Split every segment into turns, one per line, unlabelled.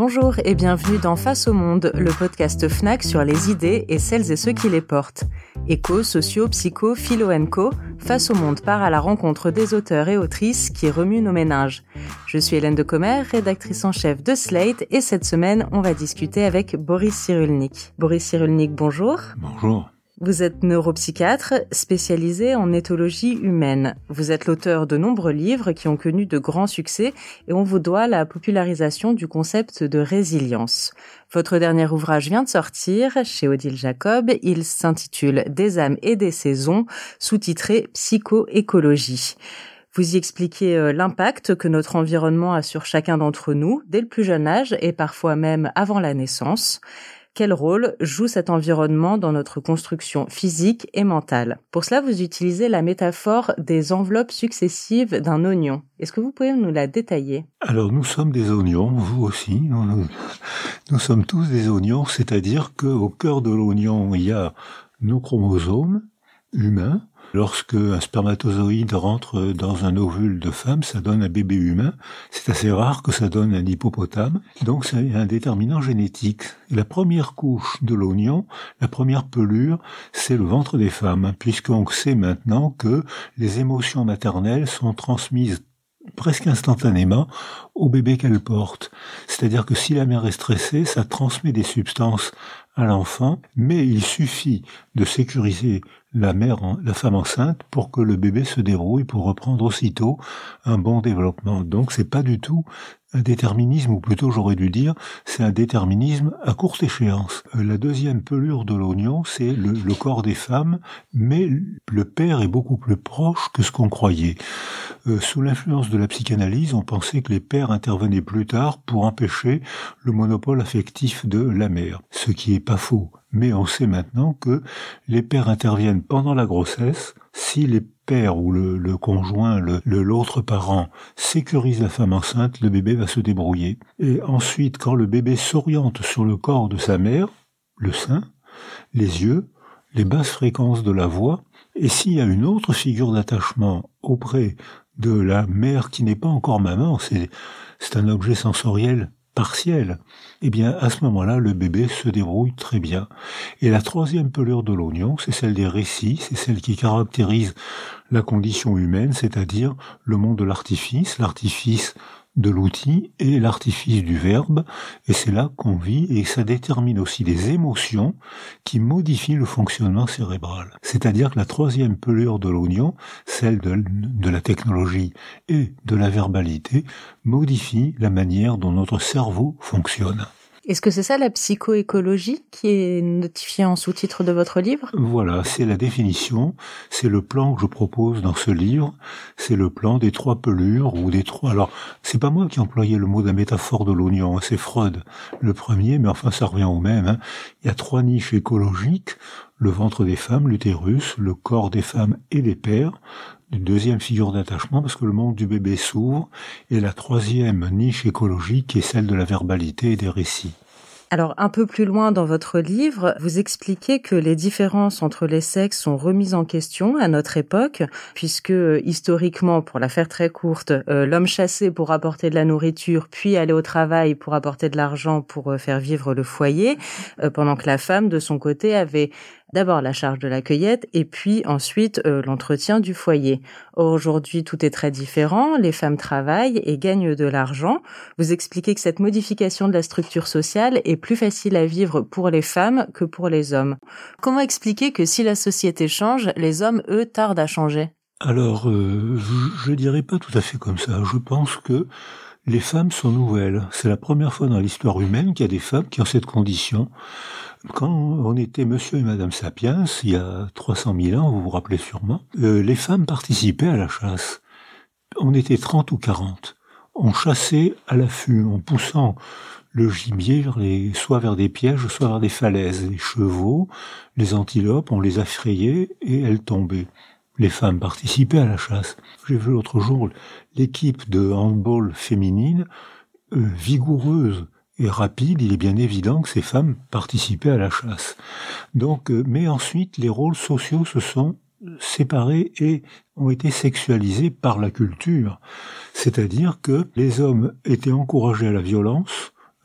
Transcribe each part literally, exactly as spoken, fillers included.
Bonjour et bienvenue dans Face au Monde, le podcast Fnac sur les idées et celles et ceux qui les portent. Éco, socio, psycho, philo and co, Face au Monde part à la rencontre des auteurs et autrices qui remuent nos méninges. Je suis Hélène de Commer, rédactrice en chef de Slate, et cette semaine, on va discuter avec Boris Cyrulnik. Boris Cyrulnik, bonjour.
Bonjour.
Vous êtes neuropsychiatre spécialisé en éthologie humaine. Vous êtes l'auteur de nombreux livres qui ont connu de grands succès et on vous doit la popularisation du concept de résilience. Votre dernier ouvrage vient de sortir chez Odile Jacob. Il s'intitule « Des âmes et des saisons », sous-titré « Psychoécologie ». Vous y expliquez l'impact que notre environnement a sur chacun d'entre nous, dès le plus jeune âge et parfois même avant la naissance. Quel rôle joue cet environnement dans notre construction physique et mentale? Pour cela, vous utilisez la métaphore des enveloppes successives d'un oignon. Est-ce que vous pouvez nous la détailler?
Alors, nous sommes des oignons, vous aussi. Nous, nous sommes tous des oignons, c'est-à-dire qu'au cœur de l'oignon, il y a nos chromosomes humains. Lorsque un spermatozoïde rentre dans un ovule de femme, ça donne un bébé humain. C'est assez rare que ça donne un hippopotame. Donc c'est un déterminant génétique. Et la première couche de l'oignon, la première pelure, c'est le ventre des femmes, puisqu'on sait maintenant que les émotions maternelles sont transmises presque instantanément au bébé qu'elle porte. C'est-à-dire que si la mère est stressée, ça transmet des substances à l'enfant, mais il suffit de sécuriser la mère, la femme enceinte, pour que le bébé se débrouille pour reprendre aussitôt un bon développement. Donc c'est pas du tout un déterminisme, ou plutôt j'aurais dû dire, c'est un déterminisme à courte échéance. La deuxième pelure de l'oignon, c'est le, le corps des femmes, mais le père est beaucoup plus proche que ce qu'on croyait. Euh, sous l'influence de la psychanalyse, on pensait que les pères intervenaient plus tard pour empêcher le monopole affectif de la mère, ce qui est pas faux. Mais on sait maintenant que les pères interviennent pendant la grossesse. Si les pères ou le, le conjoint, le, le, l'autre parent sécurise la femme enceinte, le bébé va se débrouiller. Et ensuite, quand le bébé s'oriente sur le corps de sa mère, le sein, les yeux, les basses fréquences de la voix, et s'il y a une autre figure d'attachement auprès de la mère qui n'est pas encore maman, c'est, c'est un objet sensoriel partiel, eh bien, à ce moment-là, le bébé se débrouille très bien. Et la troisième pelure de l'oignon, c'est celle des récits, c'est celle qui caractérise la condition humaine, c'est-à-dire le monde de l'artifice, l'artifice de l'outil et l'artifice du verbe, et c'est là qu'on vit, et ça détermine aussi des émotions qui modifient le fonctionnement cérébral. C'est-à-dire que la troisième pelure de l'oignon, celle de, de la technologie et de la verbalité, modifie la manière dont notre cerveau fonctionne.
Est-ce que c'est ça la psychoécologie qui est notifiée en sous-titre de votre livre?
Voilà, c'est la définition, c'est le plan que je propose dans ce livre, c'est le plan des trois pelures ou des trois... Alors, c'est pas moi qui ai employé le mot de la métaphore de l'oignon, c'est Freud le premier, mais enfin ça revient au même. Hein. Il y a trois niches écologiques, le ventre des femmes, l'utérus, le corps des femmes et des pères, une deuxième figure d'attachement parce que le monde du bébé s'ouvre, et la troisième niche écologique est celle de la verbalité et des récits.
Alors, un peu plus loin dans votre livre, vous expliquez que les différences entre les sexes sont remises en question à notre époque, puisque historiquement, pour la faire très courte, euh, l'homme chassait pour apporter de la nourriture, puis allait au travail pour apporter de l'argent pour euh, faire vivre le foyer, euh, pendant que la femme, de son côté, avait d'abord la charge de la cueillette et puis ensuite euh, l'entretien du foyer. Or, aujourd'hui, tout est très différent. Les femmes travaillent et gagnent de l'argent. Vous expliquez que cette modification de la structure sociale est plus facile à vivre pour les femmes que pour les hommes. Comment expliquer que si la société change, les hommes, eux, tardent à changer?
Alors, euh, je, je dirais pas tout à fait comme ça. Je pense que les femmes sont nouvelles. C'est la première fois dans l'histoire humaine qu'il y a des femmes qui ont cette condition. Quand on était monsieur et madame Sapiens, il y a trois cent mille ans, vous vous rappelez sûrement, euh, les femmes participaient à la chasse. On était trente ou quarante. On chassait à l'affût, en poussant le gibier vers les, soit vers des pièges, soit vers des falaises. Les chevaux, les antilopes, on les affrayait et elles tombaient. Les femmes participaient à la chasse. J'ai vu l'autre jour l'équipe de handball féminine, euh, vigoureuse et rapide, il est bien évident que ces femmes participaient à la chasse. Donc, euh, mais ensuite, les rôles sociaux se sont séparés et ont été sexualisés par la culture. C'est-à-dire que les hommes étaient encouragés à la violence,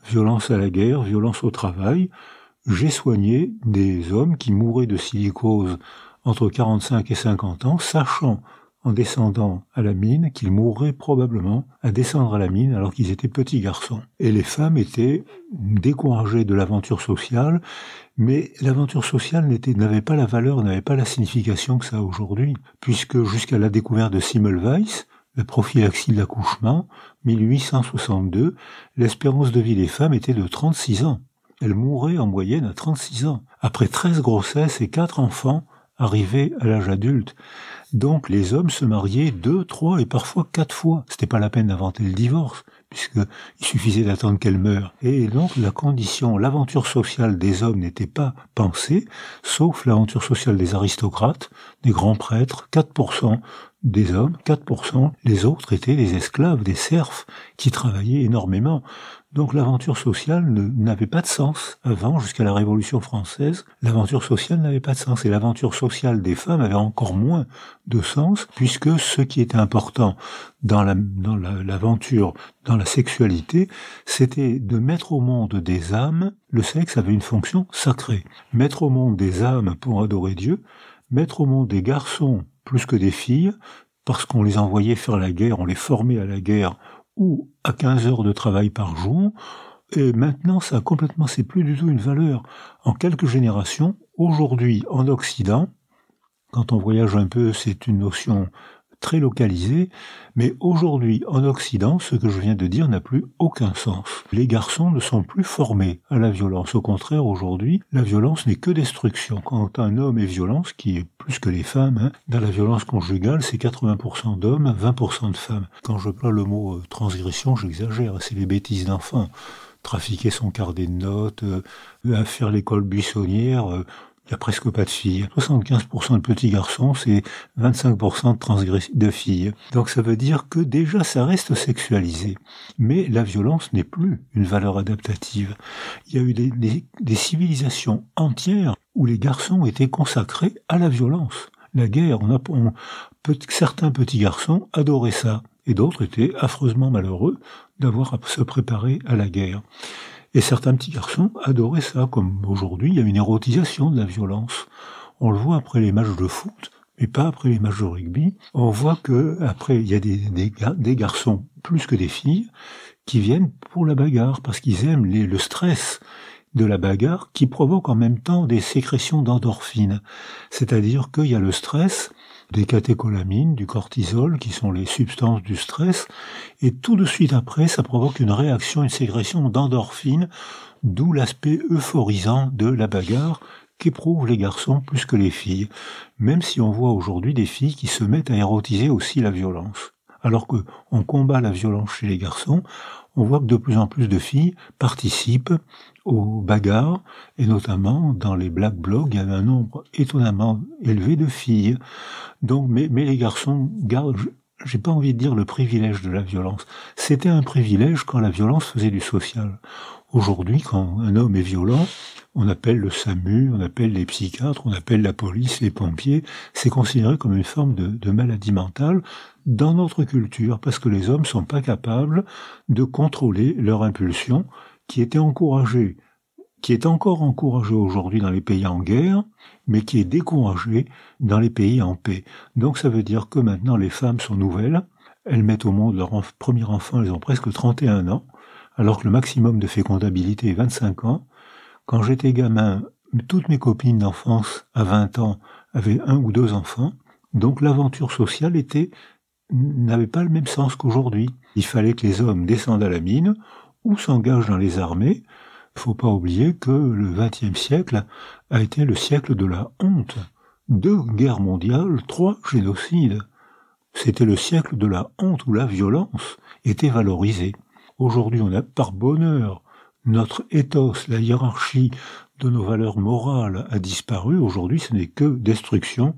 violence à la guerre, violence au travail. J'ai soigné des hommes qui mouraient de silicose entre quarante-cinq et cinquante ans, sachant en descendant à la mine qu'ils mourraient probablement à descendre à la mine alors qu'ils étaient petits garçons. Et les femmes étaient découragées de l'aventure sociale, mais l'aventure sociale n'était, n'avait pas la valeur, n'avait pas la signification que ça a aujourd'hui, puisque jusqu'à la découverte de Semmelweis, la prophylaxie de l'accouchement, mille huit cent soixante-deux, l'espérance de vie des femmes était de trente-six ans. Elles mouraient en moyenne à trente-six ans, après treize grossesses et quatre enfants arrivés à l'âge adulte. Donc les hommes se mariaient deux, trois et parfois quatre fois. C'était pas la peine d'inventer le divorce, puisqu'il suffisait d'attendre qu'elle meure. Et donc la condition, l'aventure sociale des hommes n'était pas pensée, sauf l'aventure sociale des aristocrates, des grands prêtres, quatre pour cent des hommes, quatre pour cent, les autres étaient des esclaves, des serfs, qui travaillaient énormément. Donc l'aventure sociale ne, n'avait pas de sens. Avant, jusqu'à la Révolution française, l'aventure sociale n'avait pas de sens. Et l'aventure sociale des femmes avait encore moins de sens, puisque ce qui était important dans, la, dans la, l'aventure, dans la sexualité, c'était de mettre au monde des âmes. Le sexe avait une fonction sacrée. Mettre au monde des âmes pour adorer Dieu, mettre au monde des garçons plus que des filles, parce qu'on les envoyait faire la guerre, on les formait à la guerre, ou à quinze heures de travail par jour, et maintenant ça a complètement, c'est plus du tout une valeur. En quelques générations, aujourd'hui en Occident, quand on voyage un peu, c'est une notion très localisée, mais aujourd'hui en Occident, ce que je viens de dire n'a plus aucun sens. Les garçons ne sont plus formés à la violence. Au contraire, aujourd'hui, la violence n'est que destruction. Quand un homme est violent, ce qui est plus que les femmes, hein, dans la violence conjugale, c'est quatre-vingts pour cent d'hommes, vingt pour cent de femmes. Quand je parle le mot euh, transgression, j'exagère, c'est les bêtises d'enfants. Trafiquer son carnet de notes, euh, faire l'école buissonnière, euh, il n'y a presque pas de filles. soixante-quinze pour cent de petits garçons, c'est vingt-cinq pour cent de, transgress- de filles. Donc ça veut dire que déjà ça reste sexualisé. Mais la violence n'est plus une valeur adaptative. Il y a eu des, des, des civilisations entières où les garçons étaient consacrés à la violence. La guerre, on a, on, peut, certains petits garçons adoraient ça. Et d'autres étaient affreusement malheureux d'avoir à se préparer à la guerre. Et certains petits garçons adoraient ça, comme aujourd'hui, il y a une érotisation de la violence. On le voit après les matchs de foot, mais pas après les matchs de rugby. On voit que après il y a des, des, des garçons plus que des filles qui viennent pour la bagarre, parce qu'ils aiment les, le stress de la bagarre qui provoque en même temps des sécrétions d'endorphines. C'est-à-dire qu'il y a le stress, des catécholamines, du cortisol, qui sont les substances du stress, et tout de suite après, ça provoque une réaction, une sécrétion d'endorphines, d'où l'aspect euphorisant de la bagarre qu'éprouvent les garçons plus que les filles, même si on voit aujourd'hui des filles qui se mettent à érotiser aussi la violence. Alors que on combat la violence chez les garçons, on voit que de plus en plus de filles participent aux bagarres, et notamment dans les Black Blocs, il y a un nombre étonnamment élevé de filles. Donc, mais, mais les garçons gardent, j'ai pas envie de dire le privilège de la violence. C'était un privilège quand la violence faisait du social. Aujourd'hui, quand un homme est violent, on appelle le SAMU, on appelle les psychiatres, on appelle la police, les pompiers. C'est considéré comme une forme de, de maladie mentale dans notre culture, parce que les hommes sont pas capables de contrôler leur impulsion, qui était encouragée, qui est encore encouragée aujourd'hui dans les pays en guerre, mais qui est découragée dans les pays en paix. Donc ça veut dire que maintenant les femmes sont nouvelles, elles mettent au monde leur enf- premier enfant, elles ont presque trente et un ans, alors que le maximum de fécondabilité est vingt-cinq ans. Quand j'étais gamin, toutes mes copines d'enfance à vingt ans avaient un ou deux enfants, donc l'aventure sociale était, n'avait pas le même sens qu'aujourd'hui. Il fallait que les hommes descendent à la mine ou s'engagent dans les armées. Il ne faut pas oublier que le vingtième siècle a été le siècle de la honte. Deux guerres mondiales, trois génocides. C'était le siècle de la honte où la violence était valorisée. Aujourd'hui, on a par bonheur, notre ethos, la hiérarchie de nos valeurs morales a disparu. Aujourd'hui, ce n'est que destruction.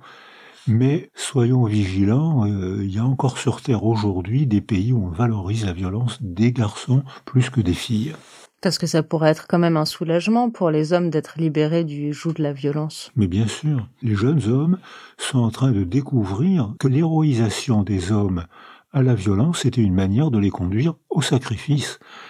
Mais soyons vigilants, euh, il y a encore sur Terre aujourd'hui des pays où on valorise la violence des garçons plus que des filles.
Parce que ça pourrait être quand même un soulagement pour les hommes d'être libérés du joug de la violence.
Mais bien sûr, les jeunes hommes sont en train de découvrir que l'héroïsation des hommes à la violence était une manière de les conduire au sacrifice.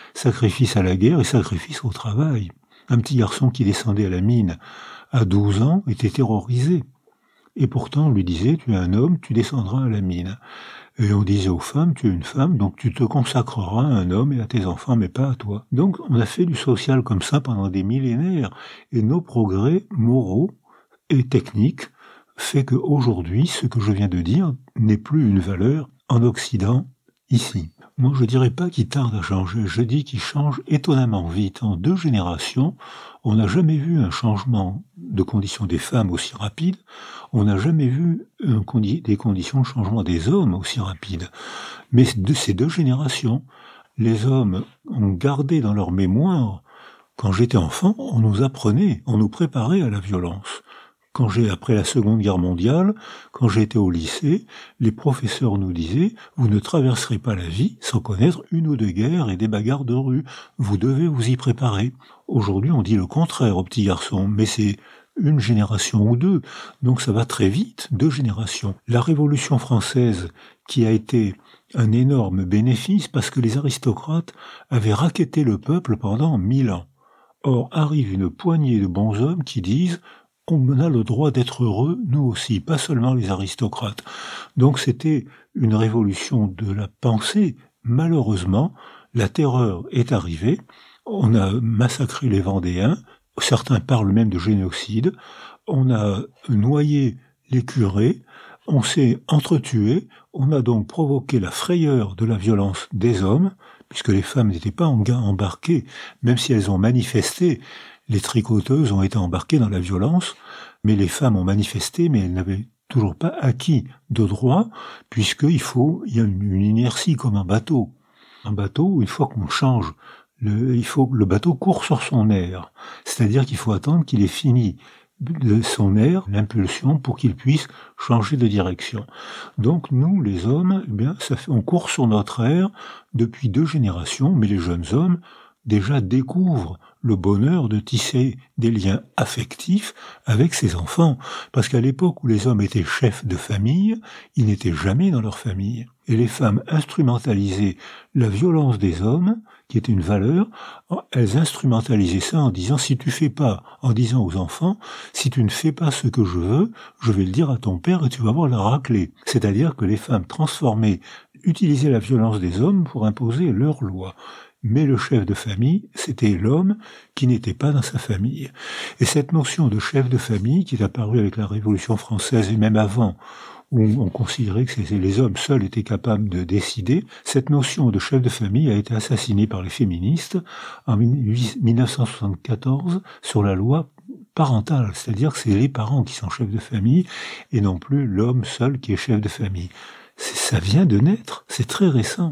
sacrifice à la guerre et sacrifice au travail. Un petit garçon qui descendait à la mine à douze ans était terrorisé. Et pourtant, on lui disait, tu es un homme, tu descendras à la mine. Et on disait aux femmes, tu es une femme, donc tu te consacreras à un homme et à tes enfants, mais pas à toi. Donc, on a fait du social comme ça pendant des millénaires. Et nos progrès moraux et techniques fait qu'aujourd'hui, ce que je viens de dire n'est plus une valeur en Occident, ici. Moi, je dirais pas qu'il tarde à changer, je dis qu'il change étonnamment vite. En deux générations, on n'a jamais vu un changement de conditions des femmes aussi rapide, on n'a jamais vu un condi- des conditions de changement des hommes aussi rapides. Mais de ces deux générations, les hommes ont gardé dans leur mémoire, quand j'étais enfant, on nous apprenait, on nous préparait à la violence. Quand j'ai, après la Seconde Guerre mondiale, quand j'étais au lycée, les professeurs nous disaient « Vous ne traverserez pas la vie sans connaître une ou deux guerres et des bagarres de rue. Vous devez vous y préparer. » Aujourd'hui, on dit le contraire aux petits garçons, mais c'est une génération ou deux, donc ça va très vite, deux générations. La Révolution française, qui a été un énorme bénéfice parce que les aristocrates avaient racketté le peuple pendant mille ans. Or, arrive une poignée de bons hommes qui disent on a le droit d'être heureux, nous aussi, pas seulement les aristocrates. Donc c'était une révolution de la pensée. Malheureusement, la terreur est arrivée, on a massacré les Vendéens, certains parlent même de génocide, on a noyé les curés, on s'est entretué, on a donc provoqué la frayeur de la violence des hommes, puisque les femmes n'étaient pas embarquées, même si elles ont manifesté. Les tricoteuses ont été embarquées dans la violence, mais les femmes ont manifesté, mais elles n'avaient toujours pas acquis de droits, puisqu'il faut, il y a une, une inertie comme un bateau. Un bateau, une fois qu'on change, le, il faut, le bateau court sur son air. C'est-à-dire qu'il faut attendre qu'il ait fini de son air, l'impulsion, pour qu'il puisse changer de direction. Donc nous, les hommes, eh bien, ça fait, on court sur notre air depuis deux générations, mais les jeunes hommes, déjà découvrent le bonheur de tisser des liens affectifs avec ses enfants. Parce qu'à l'époque où les hommes étaient chefs de famille, ils n'étaient jamais dans leur famille. Et les femmes instrumentalisaient la violence des hommes, qui était une valeur, elles instrumentalisaient ça en disant, si tu fais pas, en disant aux enfants, si tu ne fais pas ce que je veux, je vais le dire à ton père et tu vas voir la raclée. C'est-à-dire que les femmes transformaient, utilisaient la violence des hommes pour imposer leurs lois. Mais le chef de famille, c'était l'homme qui n'était pas dans sa famille. Et cette notion de chef de famille, qui est apparue avec la Révolution française et même avant, où on considérait que les hommes seuls étaient capables de décider, cette notion de chef de famille a été assassinée par les féministes en mille neuf cent soixante-quatorze sur la loi parentale, c'est-à-dire que c'est les parents qui sont chefs de famille et non plus l'homme seul qui est chef de famille. Ça vient de naître, c'est très récent.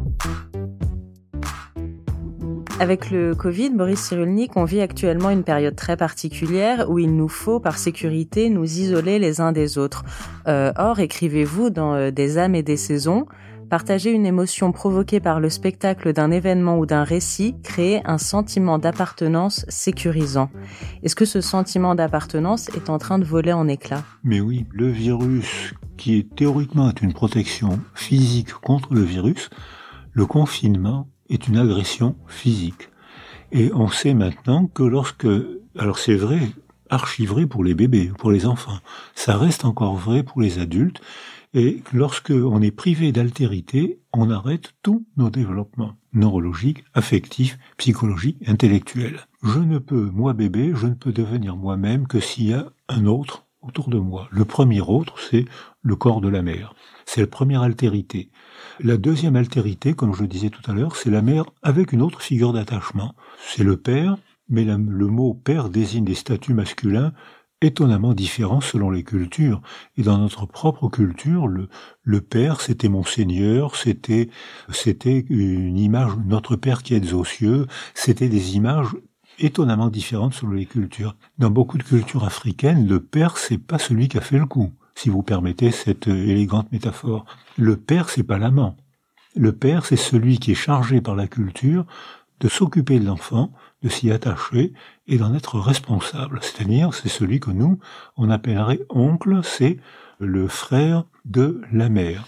Avec le Covid, Boris Cyrulnik, on vit actuellement une période très particulière où il nous faut, par sécurité, nous isoler les uns des autres. Euh, or, écrivez-vous dans euh, Des âmes et des saisons, partager une émotion provoquée par le spectacle d'un événement ou d'un récit, créer un sentiment d'appartenance sécurisant. Est-ce que ce sentiment d'appartenance est en train de voler en éclats ?
Mais oui, le virus, qui est théoriquement une protection physique contre le virus, le confinement est une agression physique. Et on sait maintenant que lorsque... Alors c'est vrai, archi vrai pour les bébés, pour les enfants. Ça reste encore vrai pour les adultes. Et lorsque on est privé d'altérité, on arrête tous nos développements neurologiques, affectifs, psychologiques, intellectuels. Je ne peux, moi bébé, je ne peux devenir moi-même que s'il y a un autre autour de moi. Le premier autre, c'est le corps de la mère. C'est la première altérité. La deuxième altérité, comme je le disais tout à l'heure, c'est la mère avec une autre figure d'attachement. C'est le père, mais la, le mot père désigne des statuts masculins étonnamment différents selon les cultures. Et dans notre propre culture, le, le père, c'était mon Seigneur, c'était, c'était une image, notre Père qui est aux cieux, c'était des images étonnamment différentes selon les cultures. Dans beaucoup de cultures africaines, le père, c'est pas celui qui a fait le coup, si vous permettez cette élégante métaphore. Le père, c'est pas l'amant. Le père, c'est celui qui est chargé par la culture de s'occuper de l'enfant, de s'y attacher et d'en être responsable. C'est-à-dire, c'est celui que nous, on appellerait oncle, c'est le frère de la mère.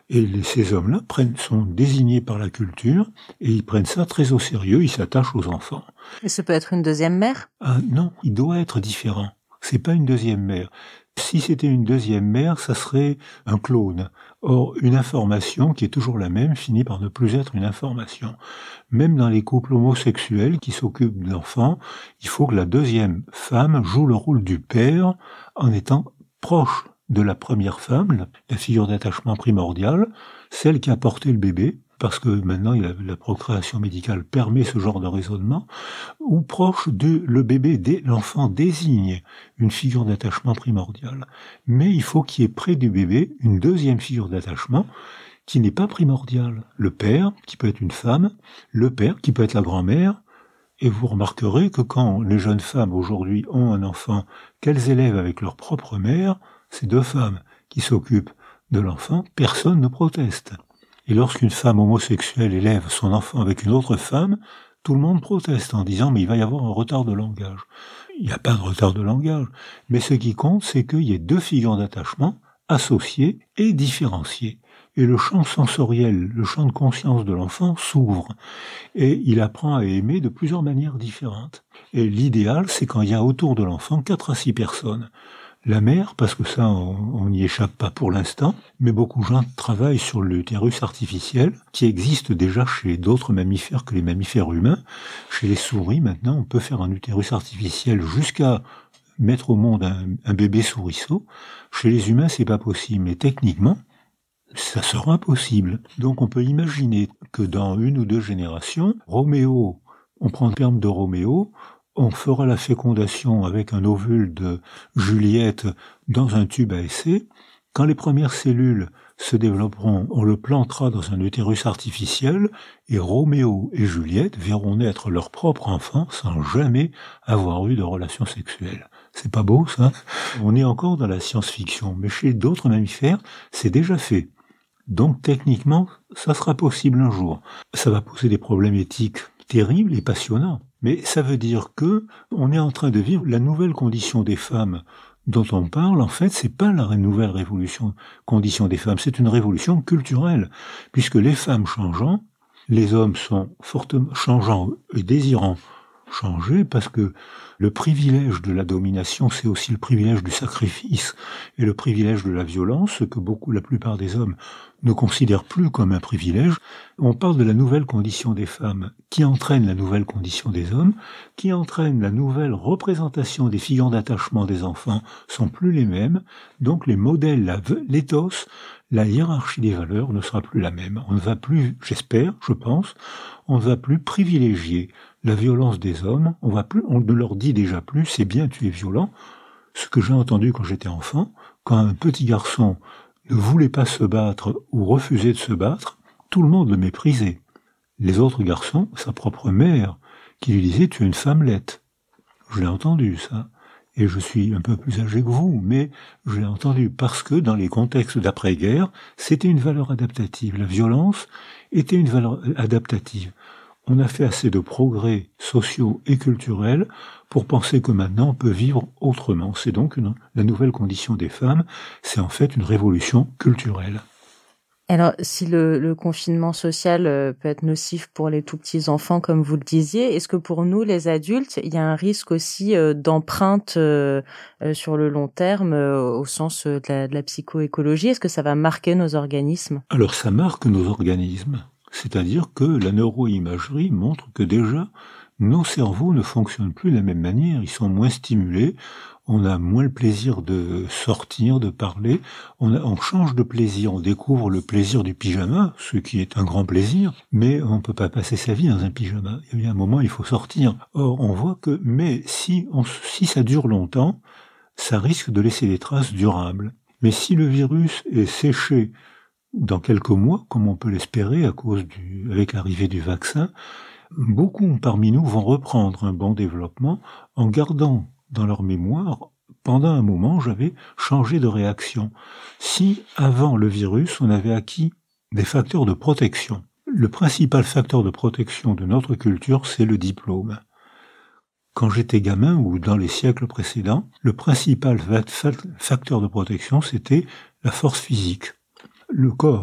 Et les, ces hommes-là prennent, sont désignés par la culture et ils prennent ça très au sérieux, ils s'attachent aux enfants.
Et ce peut être une deuxième mère ?
Ah non, il doit être différent. C'est pas une deuxième mère. Si c'était une deuxième mère, ça serait un clone. Or, une information qui est toujours la même finit par ne plus être une information. Même dans les couples homosexuels qui s'occupent d'enfants, il faut que la deuxième femme joue le rôle du père en étant proche de la première femme, la figure d'attachement primordiale, celle qui a porté le bébé, parce que maintenant la, la procréation médicale permet ce genre de raisonnement, ou proche de le bébé, l'enfant désigne une figure d'attachement primordiale. Mais il faut qu'il y ait près du bébé une deuxième figure d'attachement qui n'est pas primordiale. Le père, qui peut être une femme, le père, qui peut être la grand-mère, et vous remarquerez que quand les jeunes femmes aujourd'hui ont un enfant qu'elles élèvent avec leur propre mère, ces deux femmes qui s'occupent de l'enfant, personne ne proteste. Et lorsqu'une femme homosexuelle élève son enfant avec une autre femme, tout le monde proteste en disant « mais il va y avoir un retard de langage ». Il n'y a pas de retard de langage, mais ce qui compte, c'est qu'il y ait deux figures d'attachement associées et différenciées. Et le champ sensoriel, le champ de conscience de l'enfant s'ouvre. Et il apprend à aimer de plusieurs manières différentes. Et l'idéal, c'est quand il y a autour de l'enfant quatre à six personnes. La mère, parce que ça, on n'y échappe pas pour l'instant, mais beaucoup de gens travaillent sur l'utérus artificiel, qui existe déjà chez d'autres mammifères que les mammifères humains. Chez les souris, maintenant, on peut faire un utérus artificiel jusqu'à mettre au monde un, un bébé souriceau. Chez les humains, c'est pas possible, mais techniquement, ça sera possible. Donc on peut imaginer que dans une ou deux générations, Roméo, on prend le terme de Roméo, on fera la fécondation avec un ovule de Juliette dans un tube à essai. Quand les premières cellules se développeront, on le plantera dans un utérus artificiel et Roméo et Juliette verront naître leur propre enfant sans jamais avoir eu de relation sexuelle. C'est pas beau, ça? On est encore dans la science-fiction, mais chez d'autres mammifères, c'est déjà fait. Donc, techniquement, ça sera possible un jour. Ça va poser des problèmes éthiques terribles et passionnants. Mais ça veut dire que on est en train de vivre la nouvelle condition des femmes dont on parle. En fait, c'est pas la nouvelle révolution, condition des femmes, c'est une révolution culturelle. Puisque les femmes changeant, les hommes sont fortement changeants et désirant changer, parce que le privilège de la domination, c'est aussi le privilège du sacrifice et le privilège de la violence, ce que beaucoup, la plupart des hommes ne considèrent plus comme un privilège. On parle de la nouvelle condition des femmes qui entraîne la nouvelle condition des hommes, qui entraîne la nouvelle représentation des figures d'attachement des enfants sont plus les mêmes, donc les modèles, l'éthos, la hiérarchie des valeurs ne sera plus la même. On ne va plus, j'espère, je pense, on ne va plus privilégier la violence des hommes, on va plus, on ne leur dit déjà plus, c'est bien, tu es violent. Ce que j'ai entendu quand j'étais enfant, quand un petit garçon ne voulait pas se battre ou refusait de se battre, tout le monde le méprisait. Les autres garçons, sa propre mère, qui lui disait « tu es une femmelette ». Je l'ai entendu, ça. Et je suis un peu plus âgé que vous, mais je l'ai entendu parce que dans les contextes d'après-guerre, c'était une valeur adaptative. La violence était une valeur adaptative. On a fait assez de progrès sociaux et culturels pour penser que maintenant on peut vivre autrement. C'est donc une, la nouvelle condition des femmes, c'est en fait une révolution culturelle.
Alors, si le, le confinement social peut être nocif pour les tout petits enfants, comme vous le disiez, est-ce que pour nous, les adultes, il y a un risque aussi d'empreinte sur le long terme au sens de la, de la psychoécologie? Est-ce que ça va marquer nos organismes?
Alors, ça marque nos organismes. C'est-à-dire que la neuroimagerie montre que déjà, nos cerveaux ne fonctionnent plus de la même manière, ils sont moins stimulés, on a moins le plaisir de sortir, de parler, on, a, on change de plaisir, on découvre le plaisir du pyjama, ce qui est un grand plaisir, mais on ne peut pas passer sa vie dans un pyjama, il y a un moment il faut sortir. Or, on voit que, mais si, on, si ça dure longtemps, ça risque de laisser des traces durables. Mais si le virus est séché dans quelques mois, comme on peut l'espérer à cause du, avec l'arrivée du vaccin, beaucoup parmi nous vont reprendre un bon développement en gardant dans leur mémoire, pendant un moment, j'avais changé de réaction. Si, avant le virus, on avait acquis des facteurs de protection, le principal facteur de protection de notre culture, c'est le diplôme. Quand j'étais gamin ou dans les siècles précédents, le principal facteur de protection, c'était la force physique. Le corps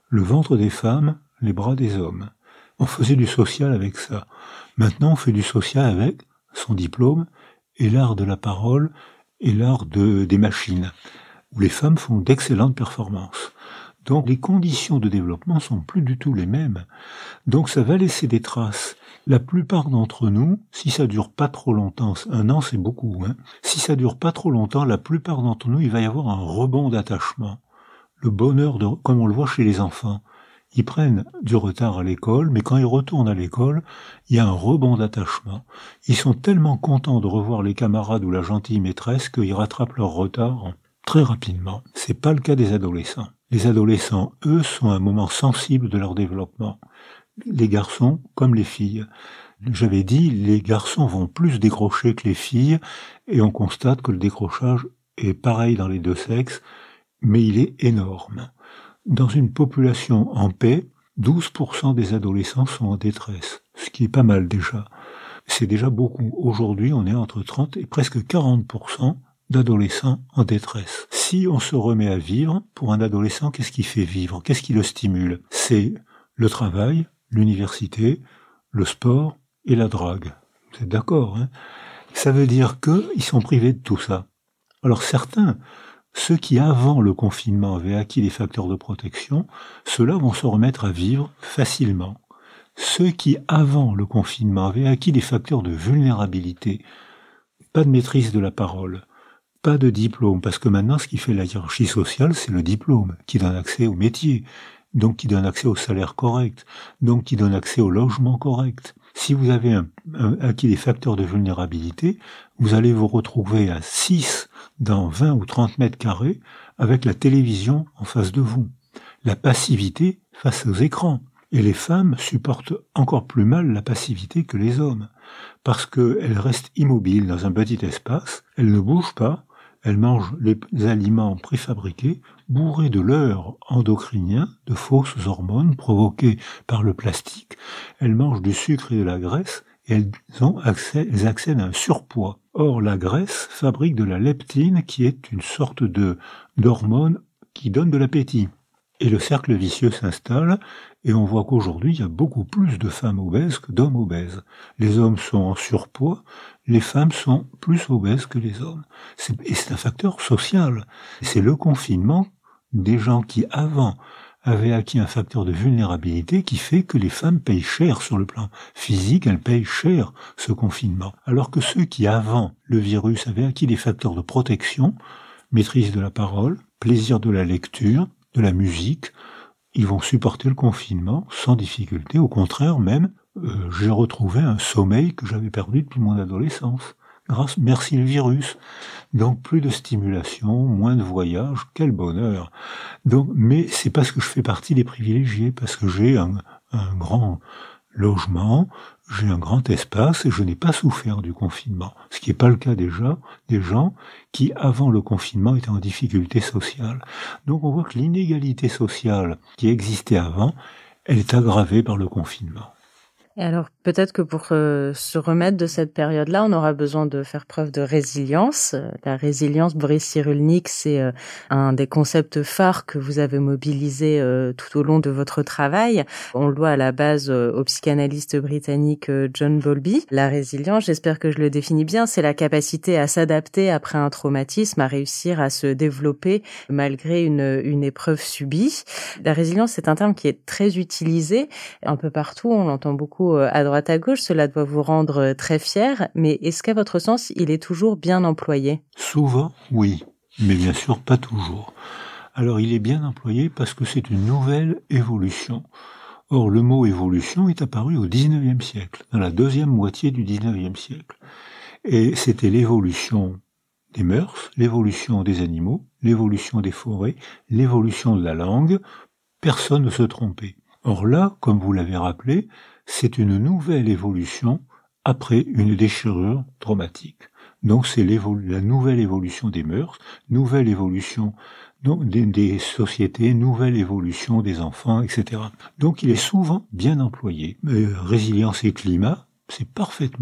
le ventre des femmes, les bras des hommes. On faisait du social avec ça. Maintenant, on fait du social avec son diplôme et l'art de la parole et l'art de, des machines, où les femmes font d'excellentes performances. Donc les conditions de développement sont plus du tout les mêmes. Donc ça va laisser des traces. La plupart d'entre nous, si ça dure pas trop longtemps, un an c'est beaucoup, hein, si ça dure pas trop longtemps, la plupart d'entre nous, il va y avoir un rebond d'attachement. Le bonheur, de, comme on le voit chez les enfants, ils prennent du retard à l'école, mais quand ils retournent à l'école, il y a un rebond d'attachement. Ils sont tellement contents de revoir les camarades ou la gentille maîtresse qu'ils rattrapent leur retard très rapidement. C'est pas le cas des adolescents. Les adolescents, eux, sont à un moment sensible de leur développement. Les garçons, comme les filles. J'avais dit, les garçons vont plus décrocher que les filles, et on constate que le décrochage est pareil dans les deux sexes, mais il est énorme. Dans une population en paix, douze pour cent des adolescents sont en détresse, ce qui est pas mal déjà. C'est déjà beaucoup. Aujourd'hui, on est entre trente et presque quarante pour cent d'adolescents en détresse. Si on se remet à vivre, pour un adolescent, qu'est-ce qui fait vivre? Qu'est-ce qui le stimule? C'est le travail, l'université, le sport et la drague. Vous êtes d'accord, hein? Ça veut dire qu'ils sont privés de tout ça. Alors certains, ceux qui avant le confinement avaient acquis les facteurs de protection, ceux-là vont se remettre à vivre facilement. Ceux qui avant le confinement avaient acquis les facteurs de vulnérabilité, pas de maîtrise de la parole, pas de diplôme, parce que maintenant ce qui fait la hiérarchie sociale, c'est le diplôme, qui donne accès au métier, donc qui donne accès au salaire correct, donc qui donne accès au logement correct. Si vous avez un, un, acquis des facteurs de vulnérabilité, vous allez vous retrouver à six dans vingt ou trente mètres carrés avec la télévision en face de vous. La passivité face aux écrans. Et les femmes supportent encore plus mal la passivité que les hommes, parce qu'elles restent immobiles dans un petit espace, elles ne bougent pas, elles mangent les aliments préfabriqués, bourrés de leurres endocriniens, de fausses hormones provoquées par le plastique. Elles mangent du sucre et de la graisse, et elles ont accès, elles accèdent à un surpoids. Or, la graisse fabrique de la leptine, qui est une sorte de, d'hormone qui donne de l'appétit. Et le cercle vicieux s'installe, et on voit qu'aujourd'hui, il y a beaucoup plus de femmes obèses que d'hommes obèses. Les hommes sont en surpoids, les femmes sont plus obèses que les hommes. C'est, et c'est un facteur social. C'est le confinement des gens qui, avant, avaient acquis un facteur de vulnérabilité qui fait que les femmes payent cher sur le plan physique, elles payent cher ce confinement. Alors que ceux qui, avant le virus, avaient acquis des facteurs de protection, maîtrise de la parole, plaisir de la lecture, de la musique, ils vont supporter le confinement sans difficulté. Au contraire, même, euh, j'ai retrouvé un sommeil que j'avais perdu depuis mon adolescence. Grâce, merci le virus. Donc, plus de stimulation, moins de voyages, quel bonheur. Donc, mais c'est parce que je fais partie des privilégiés, parce que j'ai un, un grand logement, j'ai un grand espace et je n'ai pas souffert du confinement. Ce qui n'est pas le cas déjà des gens qui, avant le confinement, étaient en difficulté sociale. Donc on voit que l'inégalité sociale qui existait avant, elle est aggravée par le confinement.
Et alors, peut-être que pour euh, se remettre de cette période-là, on aura besoin de faire preuve de résilience. La résilience, Boris Cyrulnik, c'est euh, un des concepts phares que vous avez mobilisé euh, tout au long de votre travail. On le doit à la base euh, au psychanalyste britannique euh, John Bowlby. La résilience, j'espère que je le définis bien, c'est la capacité à s'adapter après un traumatisme, à réussir à se développer malgré une, une épreuve subie. La résilience, c'est un terme qui est très utilisé un peu partout, on l'entend beaucoup à droite à gauche, cela doit vous rendre très fier, mais est-ce qu'à votre sens, il est toujours bien employé?
Souvent, oui, mais bien sûr pas toujours. Alors il est bien employé parce que c'est une nouvelle évolution. Or le mot évolution est apparu au dix-neuvième siècle, dans la deuxième moitié du dix-neuvième siècle. Et c'était l'évolution des mœurs, l'évolution des animaux, l'évolution des forêts, l'évolution de la langue. Personne ne se trompait. Or là, comme vous l'avez rappelé, c'est une nouvelle évolution après une déchirure traumatique. Donc c'est la nouvelle évolution des mœurs, nouvelle évolution donc, des, des sociétés, nouvelle évolution des enfants, et cetera. Donc il est souvent bien employé. Euh, résilience et climat, c'est parfaitement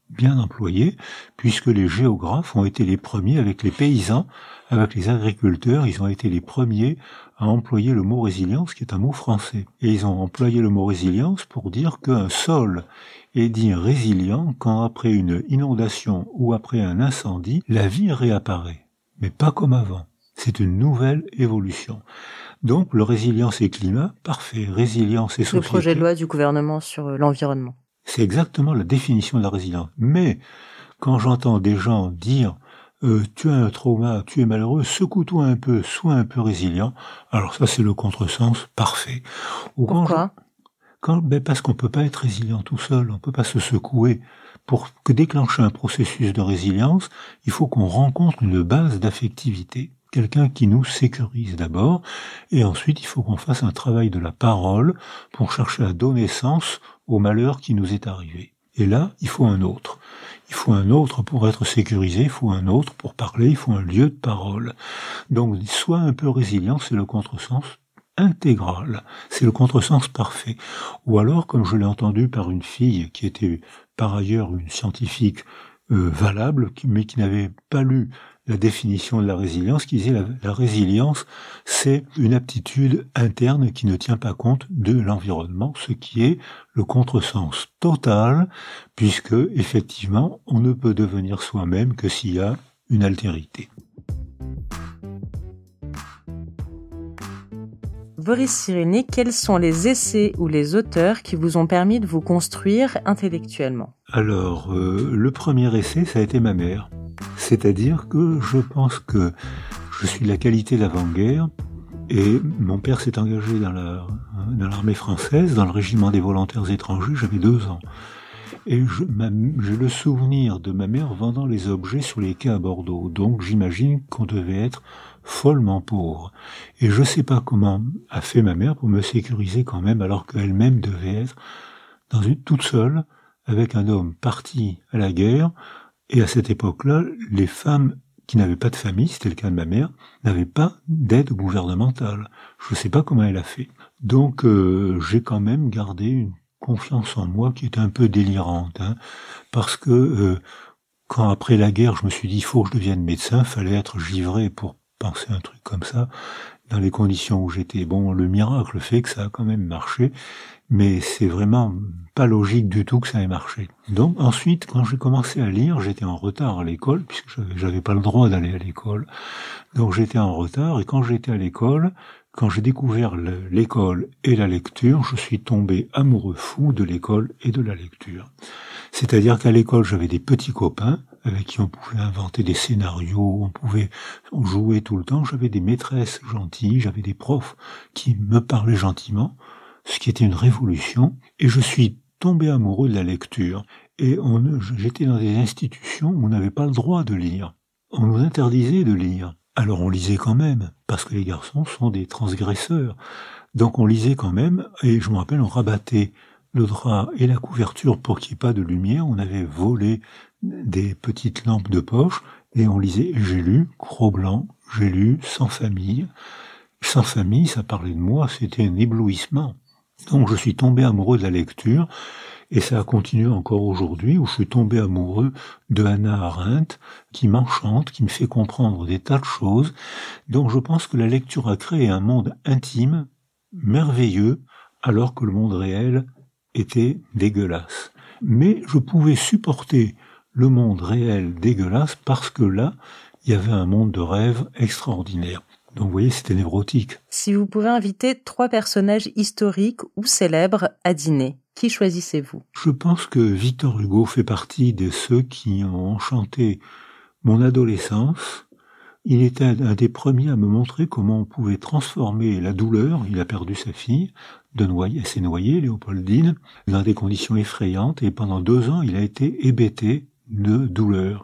bien employé, puisque les géographes ont été les premiers avec les paysans, avec les agriculteurs, ils ont été les premiers à employer le mot résilience, qui est un mot français. Et ils ont employé le mot résilience pour dire qu'un sol est dit résilient quand après une inondation ou après un incendie, la vie réapparaît, mais pas comme avant. C'est une nouvelle évolution. Donc, le résilience et climat, parfait. Résilience et société.
Le projet de loi du gouvernement sur l'environnement.
C'est exactement la définition de la résilience. Mais, quand j'entends des gens dire euh, « tu as un trauma, tu es malheureux, secoue-toi un peu, sois un peu résilient », alors ça, c'est le contresens parfait.
Ou Pourquoi
quand je, quand, ben Parce qu'on ne peut pas être résilient tout seul, on ne peut pas se secouer. Pour que déclencher un processus de résilience, il faut qu'on rencontre une base d'affectivité. Quelqu'un qui nous sécurise d'abord, et ensuite il faut qu'on fasse un travail de la parole pour chercher à donner sens au malheur qui nous est arrivé. Et là, il faut un autre. Il faut un autre pour être sécurisé, il faut un autre pour parler, il faut un lieu de parole. Donc, sois un peu résilient, c'est le contresens intégral, c'est le contresens parfait. Ou alors, comme je l'ai entendu par une fille qui était par ailleurs une scientifique euh, valable, mais qui n'avait pas lu la définition de la résilience, qui disait la, la résilience, c'est une aptitude interne qui ne tient pas compte de l'environnement, ce qui est le contresens total, puisque, effectivement, on ne peut devenir soi-même que s'il y a une altérité.
Boris Cyrulnik, quels sont les essais ou les auteurs qui vous ont permis de vous construire intellectuellement ?
Alors, euh, le premier essai, ça a été ma mère. C'est-à-dire que je pense que je suis de la qualité d'avant-guerre et mon père s'est engagé dans, la, dans l'armée française, dans le régiment des volontaires étrangers, j'avais deux ans. Et je, ma, j'ai le souvenir de ma mère vendant les objets sur les quais à Bordeaux. Donc j'imagine qu'on devait être follement pauvre. Et je sais pas comment a fait ma mère pour me sécuriser quand même, alors qu'elle-même devait être dans une, toute seule, avec un homme parti à la guerre. Et à cette époque-là, les femmes qui n'avaient pas de famille, c'était le cas de ma mère, n'avaient pas d'aide gouvernementale. Je ne sais pas comment elle a fait. Donc euh, j'ai quand même gardé une confiance en moi qui était un peu délirante, hein, parce que euh, quand après la guerre, je me suis dit il faut que je devienne médecin, fallait être givré pour penser un truc comme ça, dans les conditions où j'étais. Bon, le miracle fait que ça a quand même marché, mais c'est vraiment pas logique du tout que ça ait marché. Donc ensuite, quand j'ai commencé à lire, j'étais en retard à l'école, puisque j'avais, j'avais pas le droit d'aller à l'école. Donc j'étais en retard, et quand j'étais à l'école, quand j'ai découvert le, l'école et la lecture, je suis tombé amoureux fou de l'école et de la lecture. C'est-à-dire qu'à l'école, j'avais des petits copains avec qui on pouvait inventer des scénarios, on pouvait jouer tout le temps. J'avais des maîtresses gentilles, j'avais des profs qui me parlaient gentiment, ce qui était une révolution. Et je suis tombé amoureux de la lecture. Et on, j'étais dans des institutions où on n'avait pas le droit de lire. On nous interdisait de lire. Alors on lisait quand même, parce que les garçons sont des transgresseurs. Donc on lisait quand même, et je me rappelle, on rabattait le drap et la couverture pour qu'il n'y ait pas de lumière. On avait volé des petites lampes de poche, et on lisait, j'ai lu Cro-Blanc, j'ai lu Sans famille. Sans famille, ça parlait de moi, c'était un éblouissement. Donc je suis tombé amoureux de la lecture, et ça a continué encore aujourd'hui, où je suis tombé amoureux de Hannah Arendt, qui m'enchante, qui me fait comprendre des tas de choses. Donc je pense que la lecture a créé un monde intime, merveilleux, alors que le monde réel était dégueulasse. Mais je pouvais supporter le monde réel dégueulasse parce que là, il y avait un monde de rêve extraordinaire. Donc vous voyez, c'était névrotique.
Si vous pouvez inviter trois personnages historiques ou célèbres à dîner, qui choisissez-vous ?
Je pense que Victor Hugo fait partie de ceux qui ont enchanté mon adolescence. Il était un des premiers à me montrer comment on pouvait transformer la douleur. Il a perdu sa fille, de noyer, elle s'est noyée, Léopoldine, dans des conditions effrayantes, et pendant deux ans, il a été hébété de douleur.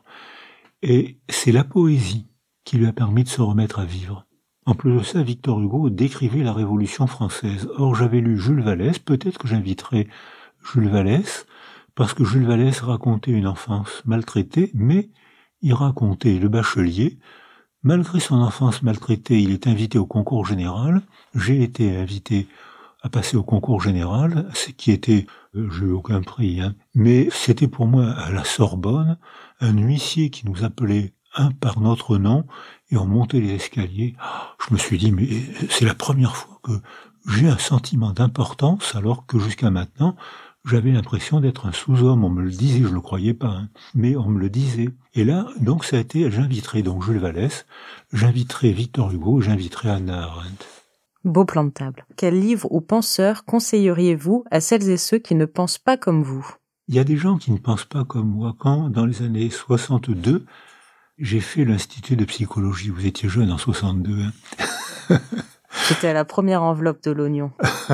Et c'est la poésie qui lui a permis de se remettre à vivre. En plus de ça, Victor Hugo décrivait la Révolution française. Or, j'avais lu Jules Vallès, peut-être que j'inviterai Jules Vallès, parce que Jules Vallès racontait une enfance maltraitée, mais il racontait le bachelier. Malgré son enfance maltraitée, il est invité au concours général. J'ai été invité à passer au concours général, ce qui était J'ai eu aucun prix, hein. Mais c'était pour moi, à la Sorbonne, un huissier qui nous appelait un par notre nom, et on montait les escaliers. Je me suis dit, mais c'est la première fois que j'ai un sentiment d'importance, alors que jusqu'à maintenant, j'avais l'impression d'être un sous-homme. On me le disait, je le croyais pas, hein, mais on me le disait. Et là, donc ça a été, j'inviterai donc Jules Vallès, j'inviterai Victor Hugo, j'inviterai Hannah Arendt.
Beau plan de table. Quel livre ou penseur conseilleriez-vous à celles et ceux qui ne pensent pas comme vous?
Il y a des gens qui ne pensent pas comme moi. Quand, dans les années soixante-deux, j'ai fait l'Institut de psychologie. Vous étiez jeune en soixante-deux. Hein.
C'était à la première enveloppe de l'oignon.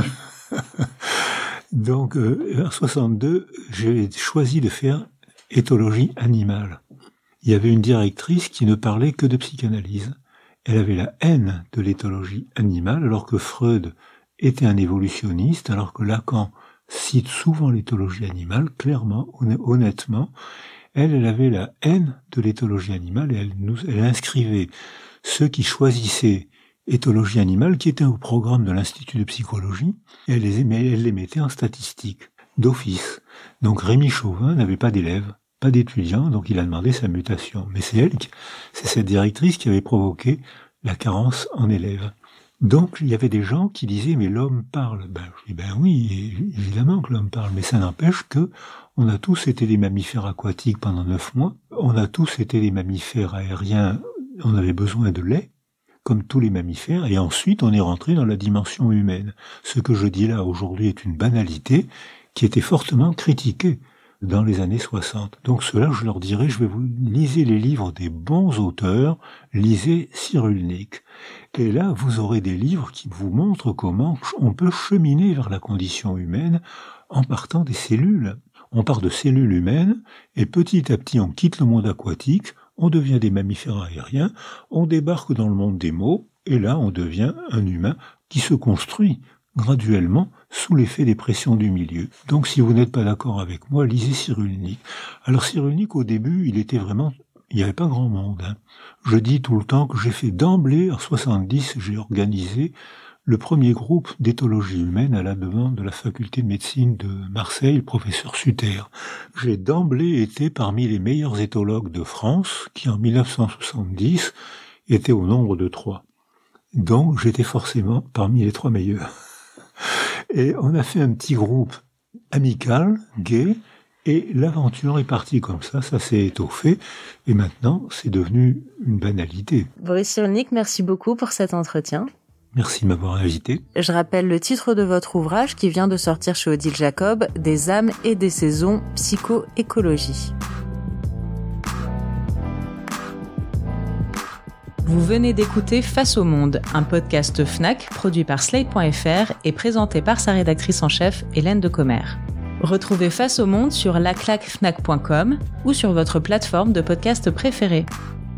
Donc, euh, en soixante-deux, j'ai choisi de faire éthologie animale. Il y avait une directrice qui ne parlait que de psychanalyse. Elle avait la haine de l'éthologie animale, alors que Freud était un évolutionniste, alors que Lacan cite souvent l'éthologie animale, clairement, honnêtement. Elle, elle avait la haine de l'éthologie animale et elle, nous, elle inscrivait ceux qui choisissaient éthologie animale, qui était au programme de l'Institut de psychologie, et elle les, elle les mettait en statistiques, d'office. Donc Rémi Chauvin n'avait pas d'élèves, pas d'étudiants, donc il a demandé sa mutation. Mais c'est elle, c'est cette directrice qui avait provoqué la carence en élèves. Donc il y avait des gens qui disaient, mais l'homme parle. Ben, je dis, ben oui, évidemment que l'homme parle, mais ça n'empêche que on a tous été des mammifères aquatiques pendant neuf mois, on a tous été des mammifères aériens, on avait besoin de lait, comme tous les mammifères, et ensuite on est rentré dans la dimension humaine. Ce que je dis là aujourd'hui est une banalité qui était fortement critiquée dans les années soixante. Donc ceux-là, je leur dirais, je vais vous lisez les livres des bons auteurs, lisez Cyrulnik. Et là, vous aurez des livres qui vous montrent comment on peut cheminer vers la condition humaine en partant des cellules. On part de cellules humaines, et petit à petit on quitte le monde aquatique, on devient des mammifères aériens, on débarque dans le monde des mots, et là on devient un humain qui se construit graduellement sous l'effet des pressions du milieu. Donc si vous n'êtes pas d'accord avec moi, lisez Cyrulnik. Alors Cyrulnik, au début, il était vraiment... Il n'y avait pas grand monde. Hein. Je dis tout le temps que j'ai fait d'emblée, en soixante-dix, j'ai organisé le premier groupe d'éthologie humaine à la demande de la faculté de médecine de Marseille, le professeur Sutter. J'ai d'emblée été parmi les meilleurs éthologues de France, qui en mille neuf cent soixante-dix étaient au nombre de trois. Donc j'étais forcément parmi les trois meilleurs. Et on a fait un petit groupe amical, gay, et l'aventure est partie comme ça, ça s'est étoffé, et maintenant c'est devenu une banalité.
Boris Cyrulnik, merci beaucoup pour cet entretien.
Merci de m'avoir invité.
Je rappelle le titre de votre ouvrage qui vient de sortir chez Odile Jacob, Des âmes et des saisons, psychoécologie. Vous venez d'écouter Face au Monde, un podcast Fnac produit par Slate point F R et présenté par sa rédactrice en chef, Hélène de Commer. Retrouvez Face au Monde sur la claque fnac point com ou sur votre plateforme de podcast préférée.